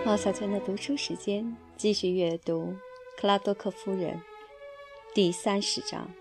毛小娟的读书时间，继续阅读克拉多克夫人第30章。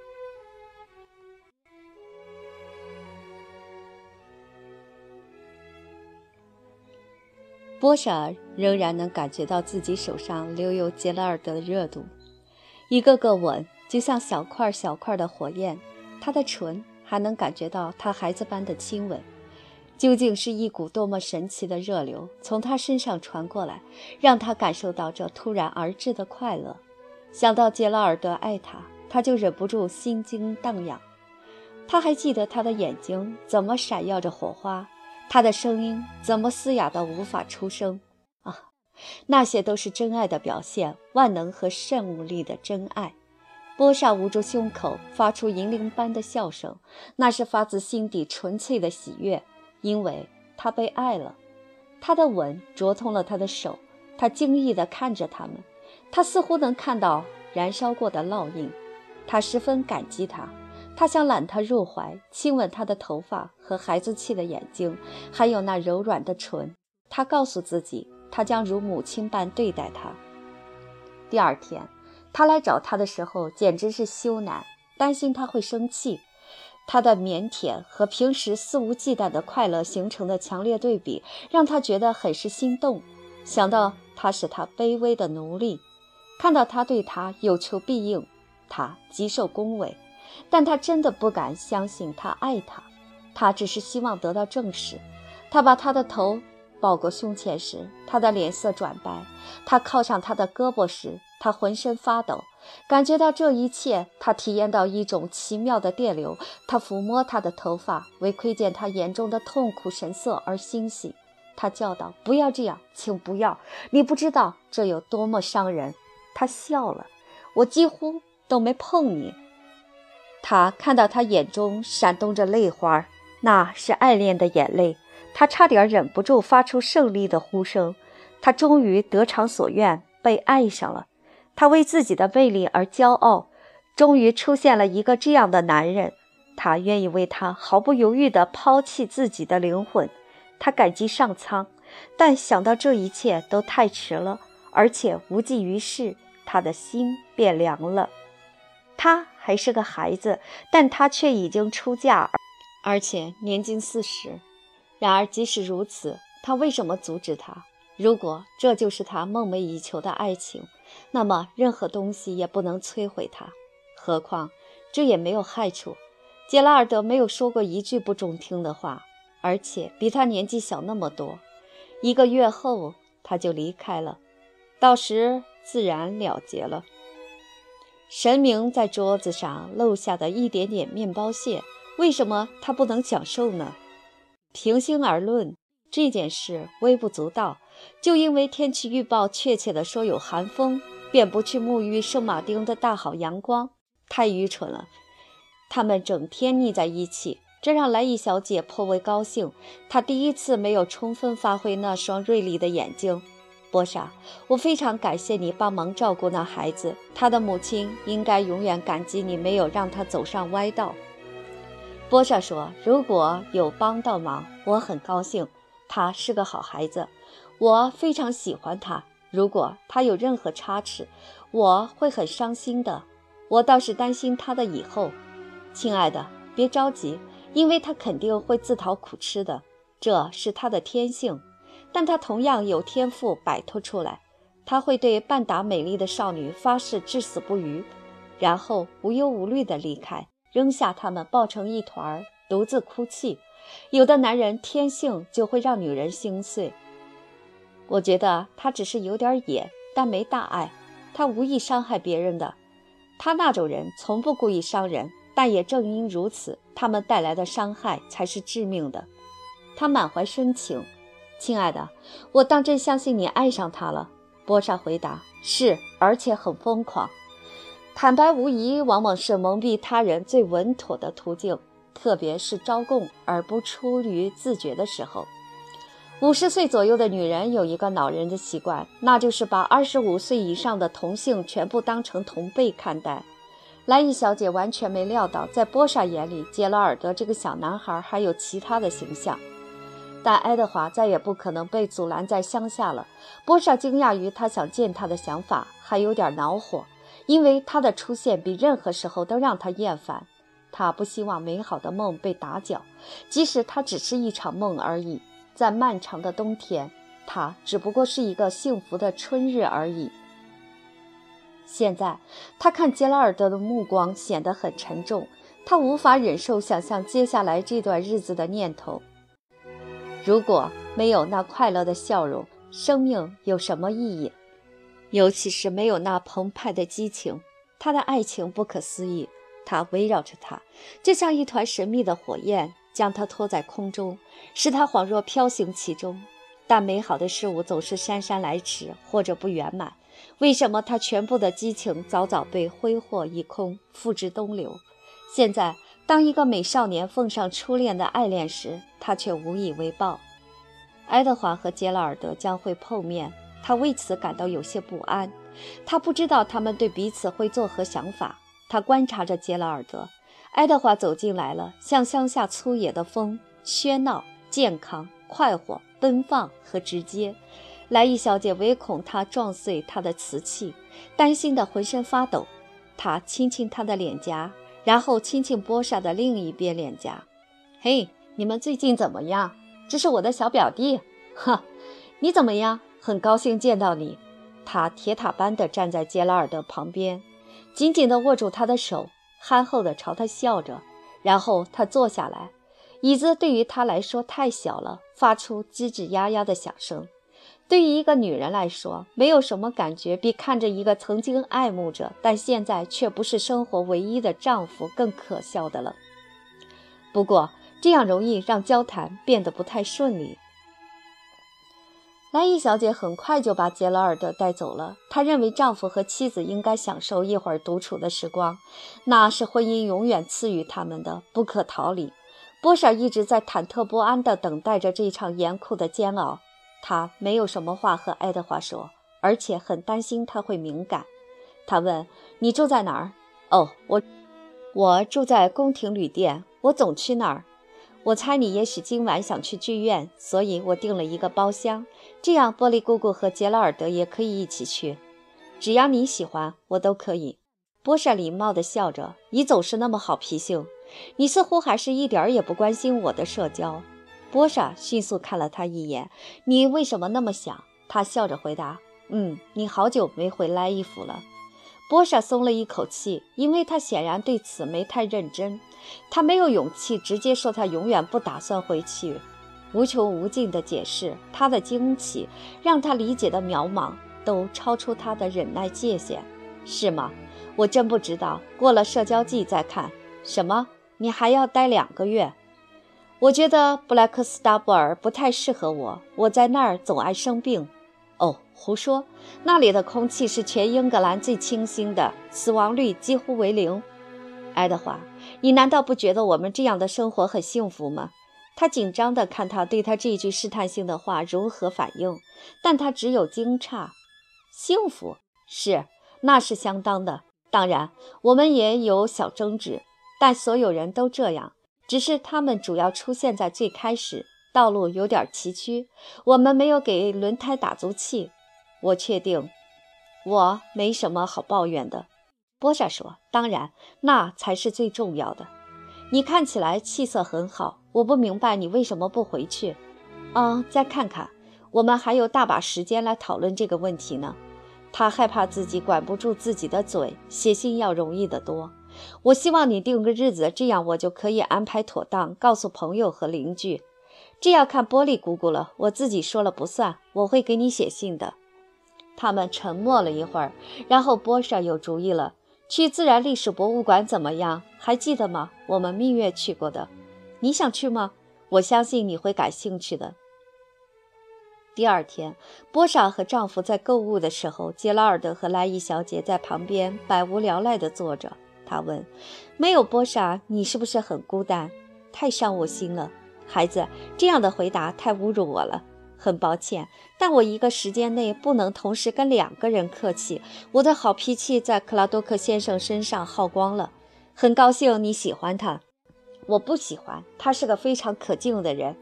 波莎尔仍然能感觉到自己手上留有杰拉尔德的热度，一个个吻就像小块小块的火焰，他的唇还能感觉到他孩子般的亲吻。究竟是一股多么神奇的热流从他身上传过来，让他感受到这突然而至的快乐。想到杰拉尔德爱他，他就忍不住心惊荡漾。他还记得他的眼睛怎么闪耀着火花，他的声音怎么嘶哑到无法出声啊！那些都是真爱的表现，万能和圣母力的真爱。波莎捂住胸口，发出银铃般的笑声，那是发自心底纯粹的喜悦。因为他被爱了，他的吻灼痛了他的手，他惊异地看着他们，他似乎能看到燃烧过的烙印。他十分感激他，他想揽他入怀，亲吻他的头发和孩子气的眼睛，还有那柔软的唇。他告诉自己，他将如母亲般对待他。第二天，他来找他的时候简直是羞赧，担心他会生气。他的腼腆和平时肆无忌惮的快乐形成的强烈对比，让他觉得很是心动。想到他是他卑微的奴隶，看到他对他有求必应，他极受恭维。但他真的不敢相信他爱他，他只是希望得到证实。他把他的头抱过胸前时，他的脸色转白；他靠上他的胳膊时，他浑身发抖。感觉到这一切，他体验到一种奇妙的电流。他抚摸他的头发，为窥见他眼中的痛苦神色而欣喜。他叫道：“不要这样，请不要！你不知道这有多么伤人。”他笑了：“我几乎都没碰你。”他看到他眼中闪动着泪花，那是爱恋的眼泪。他差点忍不住发出胜利的呼声。他终于得偿所愿，被爱上了。他为自己的魅力而骄傲，终于出现了一个这样的男人。他愿意为他毫不犹豫地抛弃自己的灵魂。他感激上苍，但想到这一切都太迟了，而且无济于事，他的心变凉了。他还是个孩子，但他却已经出嫁，而且年近40。然而即使如此，他为什么阻止他？如果这就是他梦寐以求的爱情，那么任何东西也不能摧毁它。何况这也没有害处。杰拉尔德没有说过一句不中听的话，而且比他年纪小那么多。1个月后他就离开了，到时自然了结了。神明在桌子上漏下的一点点面包屑，为什么他不能享受呢？平心而论，这件事微不足道。就因为天气预报确切地说有寒风，便不去沐浴圣马丁的大好阳光，太愚蠢了。他们整天腻在一起，这让莱伊小姐颇为高兴。她第一次没有充分发挥那双锐利的眼睛。波莎，我非常感谢你帮忙照顾那孩子，他的母亲应该永远感激你没有让他走上歪道。波莎说，如果有帮到忙，我很高兴。他是个好孩子，我非常喜欢他。如果他有任何差池，我会很伤心的。我倒是担心他的以后。亲爱的，别着急，因为他肯定会自讨苦吃的，这是他的天性。但他同样有天赋摆脱出来。他会对半打美丽的少女发誓至死不渝，然后无忧无虑地离开，扔下他们抱成一团，独自哭泣。有的男人天性就会让女人心碎。我觉得他只是有点野，但没大碍。他无意伤害别人的。他那种人从不故意伤人，但也正因如此，他们带来的伤害才是致命的。他满怀深情。亲爱的，我当真相信你爱上他了。波莎回答，是，而且很疯狂。坦白无疑往往是蒙蔽他人最稳妥的途径，特别是招供而不出于自觉的时候。50岁左右的女人有一个恼人的习惯，那就是把25岁以上的同性全部当成同辈看待。莱伊小姐完全没料到，在波莎眼里，杰拉尔德这个小男孩还有其他的形象。 但爱德华再也不可能被阻拦在乡下了。波莎惊讶于他想见他的想法，还有点恼火，因为他的出现比任何时候都让他厌烦。他不希望美好的梦被打搅，即使它只是一场梦而已。在漫长的冬天，它只不过是一个幸福的春日而已。现在他看杰拉尔德的目光显得很沉重，他无法忍受想象接下来这段日子的念头。如果没有那快乐的笑容，生命有什么意义？尤其是没有那澎湃的激情。他的爱情不可思议，它围绕着他，就像一团神秘的火焰，将他拖在空中，使他恍若飘行其中。但美好的事物总是姗姗来迟，或者不圆满。为什么他全部的激情早早被挥霍一空，付之东流？现在当一个美少年奉上初恋的爱恋时，他却无以为报。爱德华和杰拉尔德将会碰面，他为此感到有些不安。他不知道他们对彼此会作何想法。他观察着杰拉尔德。爱德华走进来了，像乡下粗野的风，喧闹、健康、快活、奔放和直接。莱伊小姐唯恐他撞碎她的瓷器，担心得浑身发抖。她亲亲他的脸颊，然后亲亲波莎的另一边脸颊。嘿，你们最近怎么样？这是我的小表弟。哈，你怎么样？很高兴见到你。他铁塔般地站在杰拉尔德旁边，紧紧地握住他的手，憨厚地朝他笑着。然后他坐下来，椅子对于他来说太小了，发出吱吱呀呀的响声。对于一个女人来说，没有什么感觉比看着一个曾经爱慕着，但现在却不是生活唯一的丈夫更可笑的了。不过，这样容易让交谈变得不太顺利。莱伊小姐很快就把杰拉尔德带走了。她认为丈夫和妻子应该享受一会儿独处的时光，那是婚姻永远赐予他们的，不可逃离。波莎一直在忐忑不安地等待着这场严酷的煎熬。他没有什么话和爱德华说，而且很担心他会敏感。他问：你住在哪儿？哦，我住在宫廷旅店，我总去那儿。我猜你也许今晚想去剧院，所以我订了一个包厢，这样波利姑姑和杰拉尔德也可以一起去。只要你喜欢，我都可以。波莎礼貌地笑着，你总是那么好脾性，你似乎还是一点儿也不关心我的社交。波莎迅速看了他一眼，你为什么那么想？他笑着回答，你好久没回莱伊府了。波莎松了一口气，因为他显然对此没太认真。他没有勇气直接说他永远不打算回去。无穷无尽的解释，他的惊奇让他理解的渺茫都超出他的忍耐界限。是吗？我真不知道，过了社交季再看。什么？你还要待2个月？我觉得布莱克斯达布尔不太适合我，我在那儿总爱生病。哦，胡说，那里的空气是全英格兰最清新的，死亡率几乎为0。爱德华，你难道不觉得我们这样的生活很幸福吗？他紧张地看他对他这句试探性的话如何反应，但他只有惊诧。幸福？是，那是相当的。当然，我们也有小争执，但所有人都这样，只是他们主要出现在最开始。道路有点崎岖，我们没有给轮胎打足气。我确定，我没什么好抱怨的。波莎说，当然，那才是最重要的。你看起来气色很好，我不明白你为什么不回去。再看看，我们还有大把时间来讨论这个问题呢。他害怕自己管不住自己的嘴，写信要容易得多。我希望你定个日子，这样我就可以安排妥当，告诉朋友和邻居。这要看波利姑姑了，我自己说了不算，我会给你写信的。他们沉默了一会儿，然后波莎有主意了。去自然历史博物馆怎么样？还记得吗？我们蜜月去过的。你想去吗？我相信你会感兴趣的。第二天，波莎和丈夫在购物的时候，杰拉尔德和莱伊小姐在旁边百无聊赖地坐着。他问：没有波莎，你是不是很孤单？太伤我心了。孩子，这样的回答太侮辱我了。很抱歉，但我一个时间内不能同时跟2个人客气。我的好脾气在克拉多克先生身上耗光了。很高兴你喜欢他。我不喜欢，他是个非常可敬的人。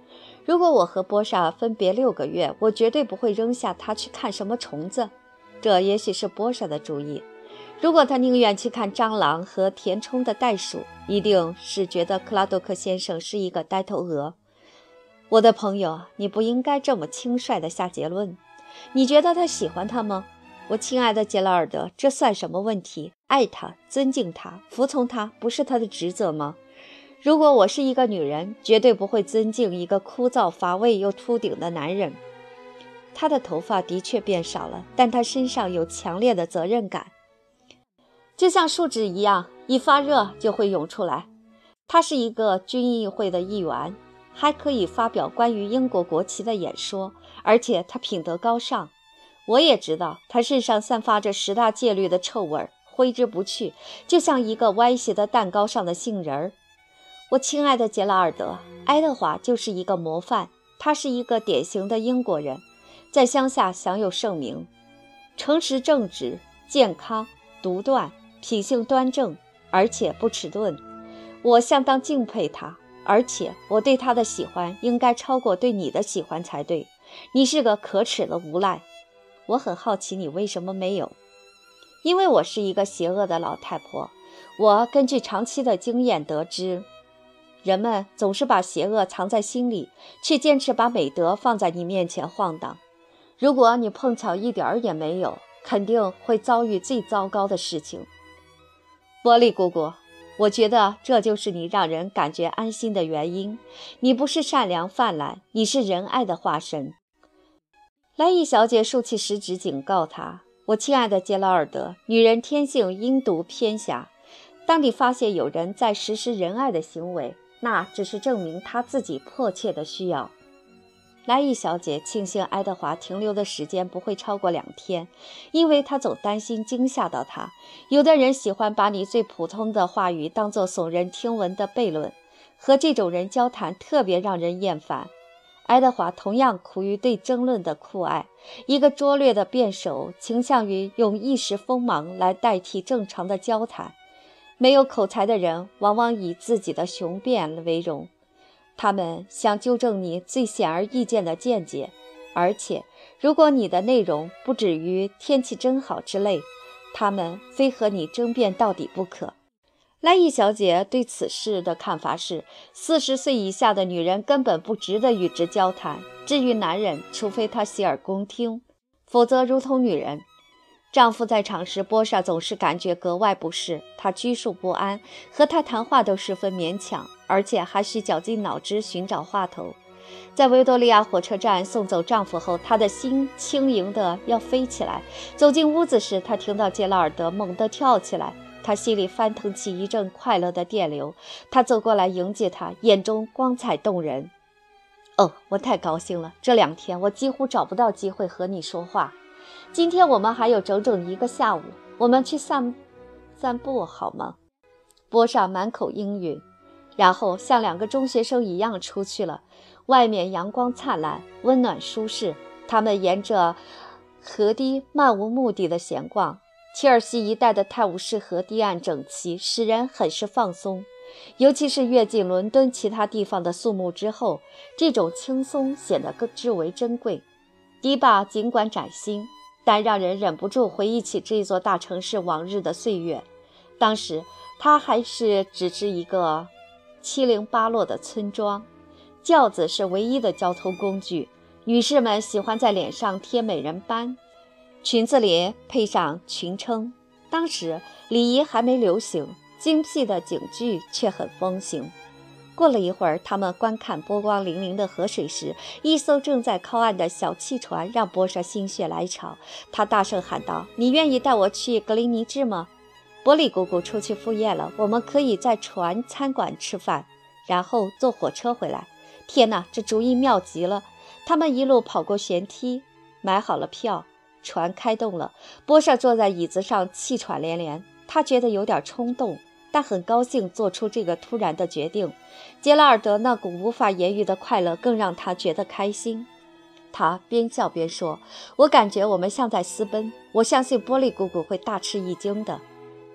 如果我和波莎分别6个月，我绝对不会扔下他去看什么虫子。这也许是波莎的主意。如果他宁愿去看蟑螂和填充的袋鼠，一定是觉得克拉多克先生是一个呆头鹅。我的朋友，你不应该这么轻率地下结论。你觉得他喜欢他吗？我亲爱的杰拉尔德，这算什么问题？爱他，尊敬他，服从他，不是他的职责吗？如果我是一个女人，绝对不会尊敬一个枯燥乏味又秃顶的男人。他的头发的确变少了，但他身上有强烈的责任感，就像树脂一样，一发热就会涌出来。他是一个军议会的议员，还可以发表关于英国国旗的演说，而且他品德高尚。我也知道他身上散发着10大戒律的臭味，挥之不去，就像一个歪斜的蛋糕上的杏仁儿。我亲爱的杰拉尔德，爱德华就是一个模范，他是一个典型的英国人，在乡下享有盛名，诚实正直、健康、独断，品性端正，而且不迟钝。我相当敬佩他，而且我对他的喜欢应该超过对你的喜欢才对。你是个可耻的无赖。我很好奇你为什么没有。因为我是一个邪恶的老太婆。我根据长期的经验得知，人们总是把邪恶藏在心里，却坚持把美德放在你面前晃荡。如果你碰巧一点儿也没有，肯定会遭遇最糟糕的事情。波利姑姑，我觉得这就是你让人感觉安心的原因。你不是善良泛滥，你是仁爱的化身。莱伊小姐竖起食指警告他，我亲爱的杰拉尔德，女人天性阴毒偏狭。当你发现有人在实施仁爱的行为，那只是证明他自己迫切的需要。莱伊小姐庆幸爱德华停留的时间不会超过2天，因为她总担心惊吓到他。有的人喜欢把你最普通的话语当作耸人听闻的悖论，和这种人交谈特别让人厌烦。爱德华同样苦于对争论的酷爱，一个拙劣的辩手倾向于用一时锋芒来代替正常的交谈。没有口才的人往往以自己的雄辩为荣，他们想纠正你最显而易见的见解，而且如果你的内容不止于天气真好之类，他们非和你争辩到底不可。莱伊小姐对此事的看法是，40岁以下的女人根本不值得与之交谈，至于男人，除非他洗耳恭听，否则如同女人。丈夫在场时，波莎总是感觉格外不适，她拘束不安，和他谈话都十分勉强，而且还需绞尽脑汁寻找话头。在维多利亚火车站送走丈夫后，她的心轻盈的要飞起来。走进屋子时，她听到杰拉尔德猛地跳起来，她心里翻腾起一阵快乐的电流。她走过来迎接他，眼中光彩动人。哦，我太高兴了，这2天我几乎找不到机会和你说话。今天我们还有整整1个下午，我们去散步好吗？波莎满口应允，然后像2个中学生一样出去了。外面阳光灿烂，温暖舒适，他们沿着河堤漫无目的的闲逛。切尔西一带的泰晤士河堤岸整齐，使人很是放松，尤其是越进伦敦其他地方的肃穆之后，这种轻松显得更至为珍贵。堤坝尽管崭新，但让人忍不住回忆起这座大城市往日的岁月。当时它还是只是一个七零八落的村庄，轿子是唯一的交通工具。女士们喜欢在脸上贴美人斑，裙子里配上裙撑。当时礼仪还没流行，精辟的警句却很风行。过了一会儿，他们观看波光粼粼的河水时，一艘正在靠岸的小汽船让波莎心血来潮。他大声喊道：“你愿意带我去格林尼治吗？伯里姑姑出去赴宴了，我们可以在船餐馆吃饭，然后坐火车回来。”天哪，这主意妙极了！他们一路跑过舷梯，买好了票，船开动了。波莎坐在椅子上气喘连连，他觉得有点冲动，但很高兴做出这个突然的决定。杰拉尔德那股无法言喻的快乐更让他觉得开心。他边笑边说：“我感觉我们像在私奔，我相信波利姑姑会大吃一惊的。”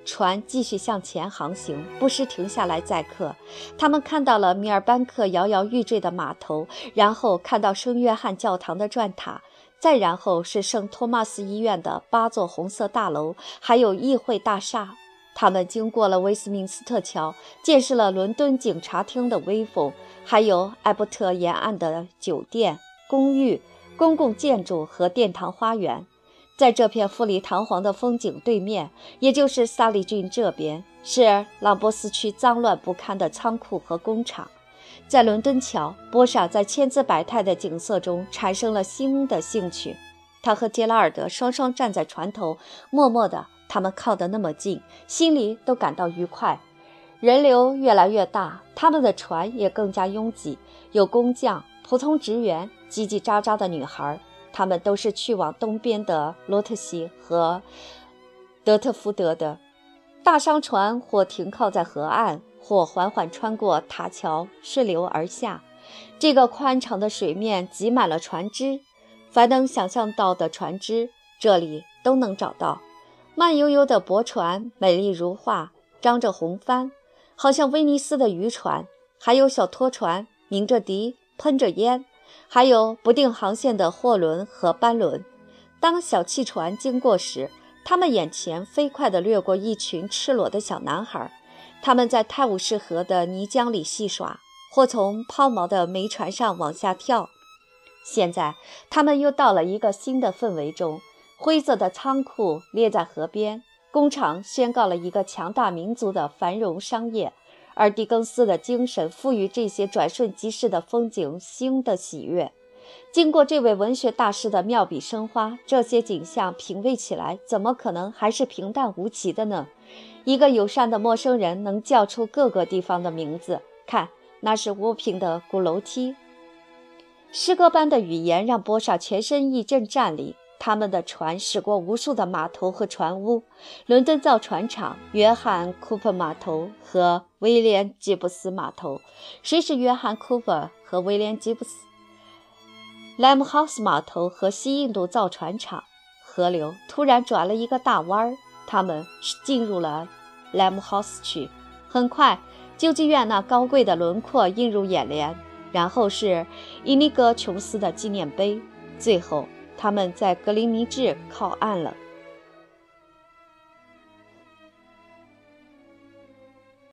船继续向前航行，不时停下来载客。他们看到了米尔班克摇摇欲坠的码头，然后看到圣约翰教堂的转塔，再然后是圣托马斯医院的8座红色大楼，还有议会大厦。他们经过了威斯敏斯特桥，见识了伦敦警察厅的威风，还有艾伯特沿岸的酒店、公寓、公共建筑和殿堂花园。在这片富丽堂皇的风景对面，也就是萨利郡这边，是朗波斯区脏乱不堪的仓库和工厂。在伦敦桥，波莎在千姿百态的景色中产生了新的兴趣。他和杰拉尔德双双站在船头，默默地，他们靠得那么近，心里都感到愉快。人流越来越大，他们的船也更加拥挤，有工匠、普通职员、叽叽喳喳的女孩，他们都是去往东边的罗特西和德特福德的。大商船或停靠在河岸，或缓缓穿过塔桥，顺流而下。这个宽敞的水面挤满了船只，凡能想象到的船只，这里都能找到。慢悠悠的驳船，美丽如画，张着红帆，好像威尼斯的渔船，还有小拖船，鸣着笛，喷着烟，还有不定航线的货轮和班轮。当小汽船经过时，他们眼前飞快地掠过一群赤裸的小男孩，他们在泰晤士河的泥浆里戏耍，或从抛锚的煤船上往下跳。现在他们又到了一个新的氛围中，灰色的仓库列在河边，工厂宣告了一个强大民族的繁荣商业，而狄更斯的精神赋予这些转瞬即逝的风景新的喜悦。经过这位文学大师的妙笔生花，这些景象品味起来怎么可能还是平淡无奇的呢？一个友善的陌生人能叫出各个地方的名字，看，那是乌平的鼓楼梯。诗歌般的语言让波莎全身一阵战栗。他们的船驶过无数的码头和船坞，伦敦造船厂、约翰·库珀码头和威廉·吉布斯码头。谁是约翰·库珀和威廉·吉布斯？莱姆豪斯码头和西印度造船厂。河流突然转了一个大弯，他们进入了莱姆豪斯区。很快，救济院那高贵的轮廓映入眼帘，然后是伊尼戈琼斯的纪念碑，最后他们在格林尼治靠岸了。